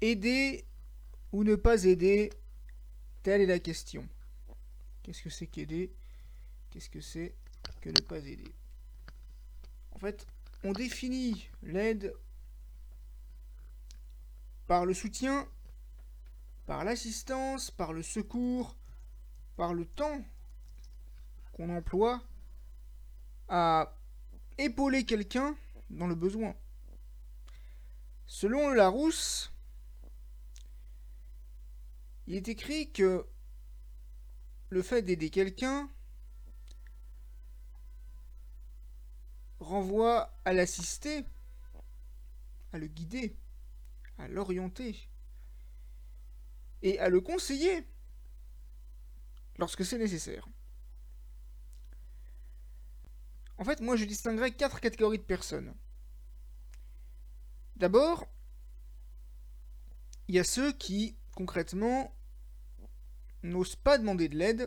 Aider ou ne pas aider, telle est la question. Qu'est-ce que c'est qu'aider? Qu'est-ce que c'est que ne pas aider? En fait, on définit l'aide par le soutien, par l'assistance, par le secours, par le temps qu'on emploie à épauler quelqu'un dans le besoin. Selon le Larousse, il est écrit que le fait d'aider quelqu'un renvoie à l'assister, à le guider, à l'orienter et à le conseiller lorsque c'est nécessaire. En fait, moi je distinguerais 4 catégories de personnes. D'abord, il y a ceux qui, concrètement, n'osent pas demander de l'aide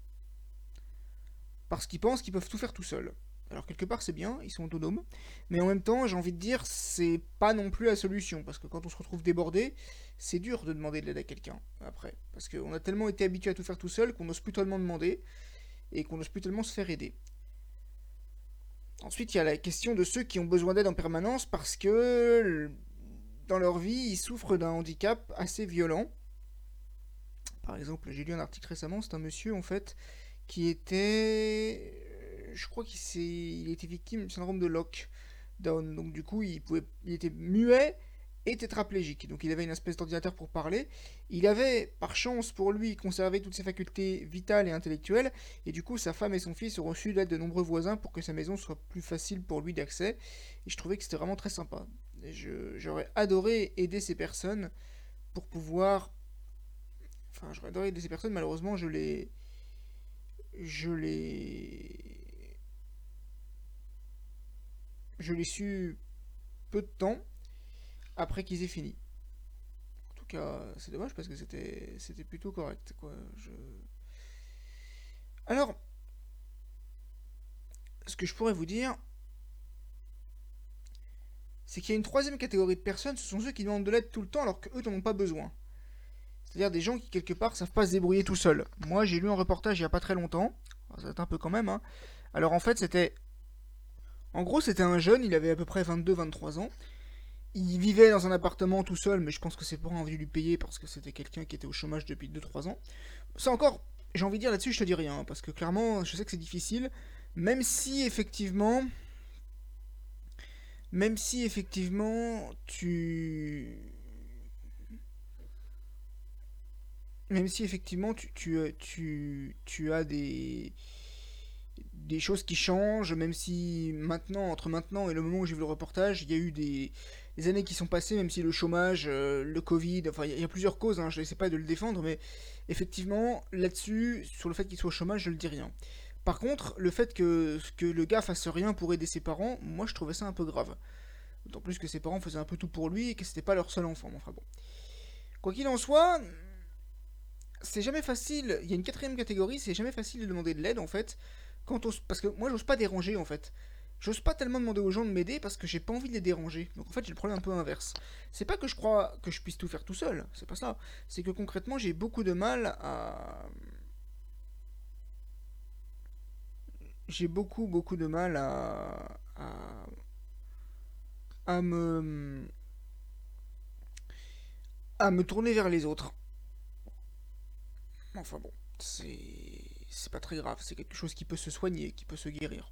parce qu'ils pensent qu'ils peuvent tout faire tout seuls. Alors quelque part c'est bien, ils sont autonomes, mais en même temps j'ai envie de dire c'est pas non plus la solution, parce que quand on se retrouve débordé, c'est dur de demander de l'aide à quelqu'un après, parce qu'on a tellement été habitué à tout faire tout seul qu'on n'ose plus tellement demander, et qu'on n'ose plus tellement se faire aider. Ensuite il y a la question de ceux qui ont besoin d'aide en permanence parce que dans leur vie ils souffrent d'un handicap assez violent. Par exemple j'ai lu un article récemment, c'est un monsieur en fait qui était, je crois il était victime du syndrome de Lockdown. Donc du coup, il était muet et tétraplégique. Donc il avait une espèce d'ordinateur pour parler. Il avait, par chance pour lui, conservé toutes ses facultés vitales et intellectuelles. Et du coup, sa femme et son fils ont reçu l'aide de nombreux voisins pour que sa maison soit plus facile pour lui d'accès. Et je trouvais que c'était vraiment très sympa. J'aurais adoré aider ces personnes pour pouvoir... Enfin, j'aurais adoré aider ces personnes. Malheureusement, je l'ai je l'ai su peu de temps après qu'ils aient fini. En tout cas, c'est dommage parce que c'était plutôt correct quoi. Alors, ce que je pourrais vous dire, c'est qu'il y a une troisième catégorie de personnes, ce sont ceux qui demandent de l'aide tout le temps alors qu'eux n'en ont pas besoin. C'est-à-dire des gens qui quelque part savent pas se débrouiller tout seuls. Moi, j'ai lu un reportage il y a pas très longtemps, ça date un peu quand même, hein. Alors en fait, en gros, c'était un jeune, il avait à peu près 22-23 ans. Il vivait dans un appartement tout seul, mais je pense que ses parents ont envie de lui payer parce que c'était quelqu'un qui était au chômage depuis 2-3 ans. Ça encore, j'ai envie de dire là-dessus, je te dis rien, hein, parce que clairement, je sais que c'est difficile, même si effectivement, même si effectivement même si effectivement tu as des choses qui changent, même si maintenant, entre maintenant et le moment où j'ai vu le reportage, il y a eu des années qui sont passées, même si le chômage, le Covid, enfin il y a plusieurs causes, hein, je n'essaie pas de le défendre, mais effectivement, là-dessus, sur le fait qu'il soit au chômage, je ne dis rien. Par contre, le fait que le gars fasse rien pour aider ses parents, moi je trouvais ça un peu grave. D'autant plus que ses parents faisaient un peu tout pour lui et que c'était pas leur seul enfant. Enfin bon. Quoi qu'il en soit, c'est jamais facile. Il y a une quatrième catégorie, c'est jamais facile de demander de l'aide en fait. Parce que moi j'ose pas déranger en fait. J'ose pas tellement demander aux gens de m'aider parce que j'ai pas envie de les déranger. Donc en fait j'ai le problème un peu inverse. C'est pas que je crois que je puisse tout faire tout seul, c'est pas ça. C'est que concrètement j'ai beaucoup de mal à... J'ai beaucoup de mal à me... à me tourner vers les autres. Enfin bon, c'est pas très grave, c'est quelque chose qui peut se soigner, qui peut se guérir.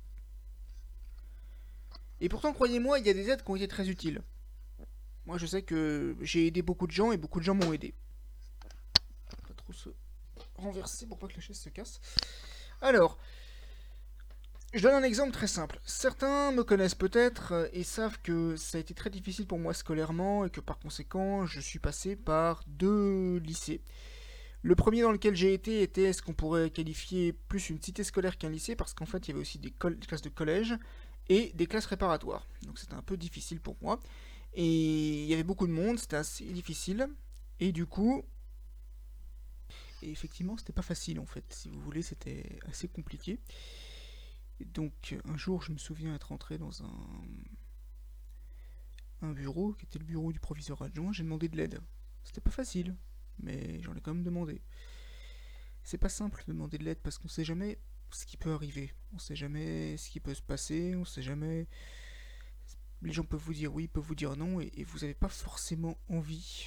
Et pourtant, croyez-moi, il y a des aides qui ont été très utiles. Moi, je sais que j'ai aidé beaucoup de gens et beaucoup de gens m'ont aidé. On va pas trop se renverser pour pas que la chaise se casse. Alors, je donne un exemple très simple. Certains me connaissent peut-être et savent que ça a été très difficile pour moi scolairement et que par conséquent, je suis passé par 2 lycées. Le premier dans lequel j'ai été était ce qu'on pourrait qualifier plus une cité scolaire qu'un lycée parce qu'en fait il y avait aussi des classes de collège et des classes préparatoires. Donc c'était un peu difficile pour moi. Et il y avait beaucoup de monde, c'était assez difficile. Et du coup, et effectivement c'était pas facile en fait, si vous voulez, c'était assez compliqué. Et donc un jour je me souviens être entré dans un bureau qui était le bureau du proviseur adjoint, j'ai demandé de l'aide. C'était pas facile, mais j'en ai quand même demandé. C'est pas simple de demander de l'aide parce qu'on sait jamais ce qui peut arriver. On sait jamais ce qui peut se passer, on sait jamais. Les gens peuvent vous dire oui, peuvent vous dire non, et vous n'avez pas forcément envie.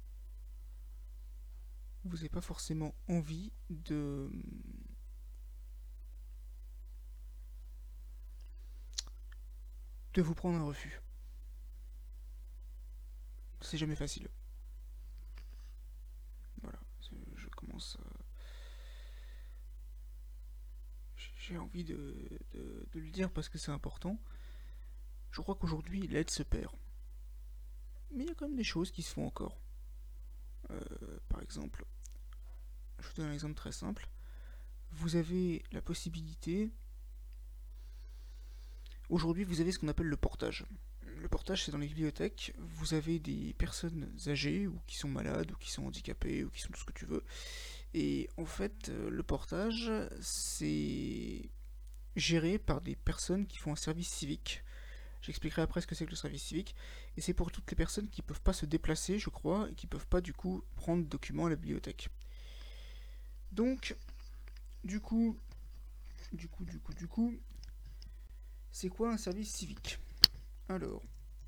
Vous n'avez pas forcément envie de vous prendre un refus. C'est jamais facile. Voilà, je commence. J'ai envie de le dire parce que c'est important. Je crois qu'aujourd'hui, l'aide se perd. Mais il y a quand même des choses qui se font encore. Par exemple, je vous donne un exemple très simple. Vous avez la possibilité. Aujourd'hui, vous avez ce qu'on appelle le portage. Le portage, c'est dans les bibliothèques. Vous avez des personnes âgées, ou qui sont malades, ou qui sont handicapées, ou qui sont tout ce que tu veux. Et en fait, le portage, c'est géré par des personnes qui font un service civique. J'expliquerai après ce que c'est que le service civique. Et c'est pour toutes les personnes qui ne peuvent pas se déplacer, je crois, et qui ne peuvent pas du coup prendre de documents à la bibliothèque. Donc, du coup, c'est quoi un service civique? Alors,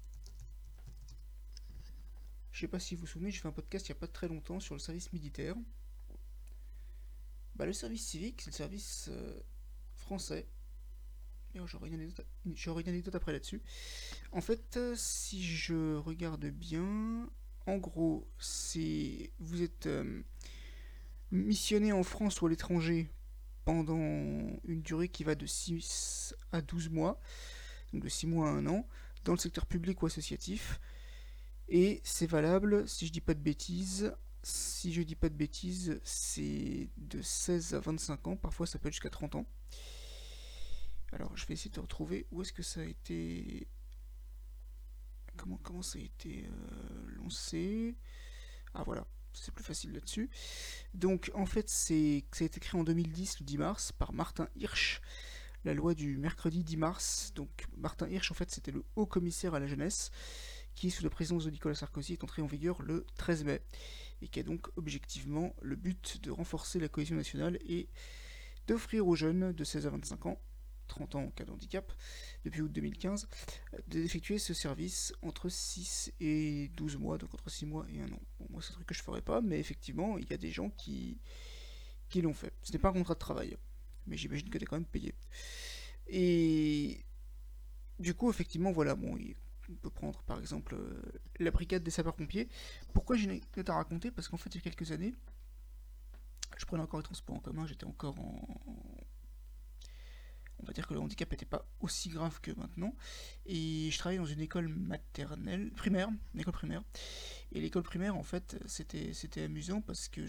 je sais pas si vous vous souvenez, j'ai fait un podcast il n'y a pas très longtemps sur le service militaire. Bah, le service civique, c'est le service français. D'ailleurs, j'aurai une anecdote après là-dessus. En fait, si je regarde bien, en gros, c'est vous êtes missionné en France ou à l'étranger pendant une durée qui va de 6 à 12 mois, donc de 6 mois à 1 an, dans le secteur public ou associatif. Et c'est valable, si je dis pas de bêtises, c'est de 16 à 25 ans, parfois ça peut être jusqu'à 30 ans. Alors je vais essayer de retrouver où est-ce que ça a été. Comment ça a été lancé. Ah voilà, c'est plus facile là-dessus. Donc en fait, ça a été créé en 2010, le 10 mars, par Martin Hirsch, la loi du mercredi 10 mars. Donc Martin Hirsch, en fait, c'était le haut commissaire à la jeunesse, qui, sous la présidence de Nicolas Sarkozy, est entré en vigueur le 13 mai, et qui a donc objectivement le but de renforcer la cohésion nationale et d'offrir aux jeunes de 16 à 25 ans, 30 ans en cas de handicap, depuis août 2015, d'effectuer ce service entre 6 et 12 mois, donc entre 6 mois et 1 an. Bon, moi, c'est un truc que je ferais pas, mais effectivement, il y a des gens qui l'ont fait. Ce n'est pas un contrat de travail, mais j'imagine que tu es quand même payé. Et du coup, effectivement, voilà, bon, on peut prendre par exemple la brigade des sapeurs-pompiers. Pourquoi j'ai une anecdote à raconter? Parce qu'en fait, il y a quelques années, je prenais encore les transports en commun, j'étais encore en. On va dire que le handicap n'était pas aussi grave que maintenant. Et je travaillais dans une école maternelle, primaire, une école primaire. Et l'école primaire, en fait, c'était amusant parce que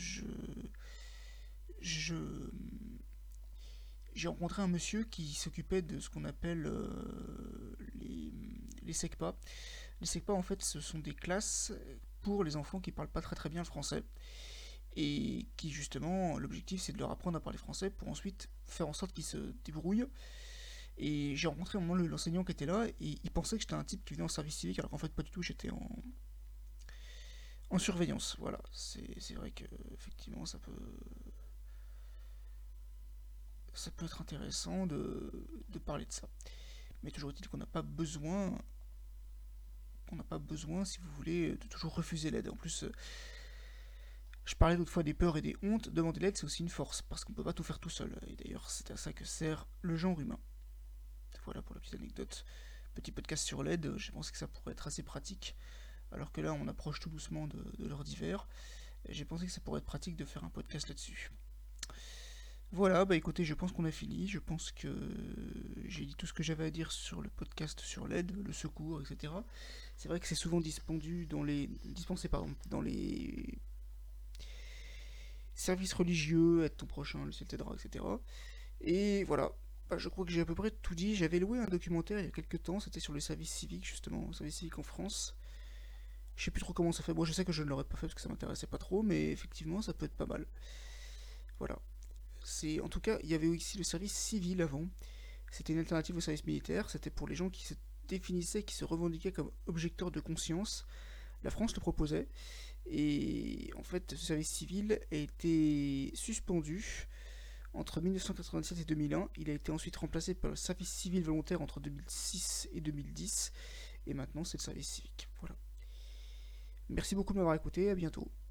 je, j'ai rencontré un monsieur qui s'occupait de ce qu'on appelle les SECPA. Les SECPA, en fait, ce sont des classes pour les enfants qui parlent pas très très bien le français. Et qui, justement, l'objectif, c'est de leur apprendre à parler français pour ensuite faire en sorte qu'ils se débrouillent. Et j'ai rencontré un moment l'enseignant qui était là, et il pensait que j'étais un type qui venait en service civique, alors qu'en fait, pas du tout, j'étais en surveillance. Voilà, c'est vrai que, effectivement, ça peut être intéressant de parler de ça. Mais toujours est-il qu'on n'a pas besoin, si vous voulez, de toujours refuser l'aide. En plus, je parlais l'autre fois des peurs et des hontes. Demander l'aide, c'est aussi une force, parce qu'on peut pas tout faire tout seul. Et d'ailleurs, c'est à ça que sert le genre humain. Voilà pour la petite anecdote. Petit podcast sur l'aide, je pense que ça pourrait être assez pratique. Alors que là, on approche tout doucement de l'heure d'hiver. Et j'ai pensé que ça pourrait être pratique de faire un podcast là-dessus. Voilà, bah écoutez, je pense qu'on a fini. Je pense que j'ai dit tout ce que j'avais à dire sur le podcast sur l'aide, le secours, etc. C'est vrai que c'est souvent dispensé dans les services religieux, aide ton prochain, le ciel t'aidera, etc. Et voilà, bah, je crois que j'ai à peu près tout dit. J'avais loué un documentaire il y a quelques temps, c'était sur les services civiques, justement, le service civique en France. Je sais plus trop comment ça fait. Moi, je sais que je ne l'aurais pas fait parce que ça m'intéressait pas trop, mais effectivement, ça peut être pas mal. Voilà. En tout cas, il y avait aussi le service civil avant. C'était une alternative au service militaire. C'était pour les gens qui se définissaient, qui se revendiquaient comme objecteurs de conscience. La France le proposait. Et en fait, ce service civil a été suspendu entre 1987 et 2001. Il a été ensuite remplacé par le service civil volontaire entre 2006 et 2010. Et maintenant, c'est le service civique. Voilà. Merci beaucoup de m'avoir écouté. À bientôt.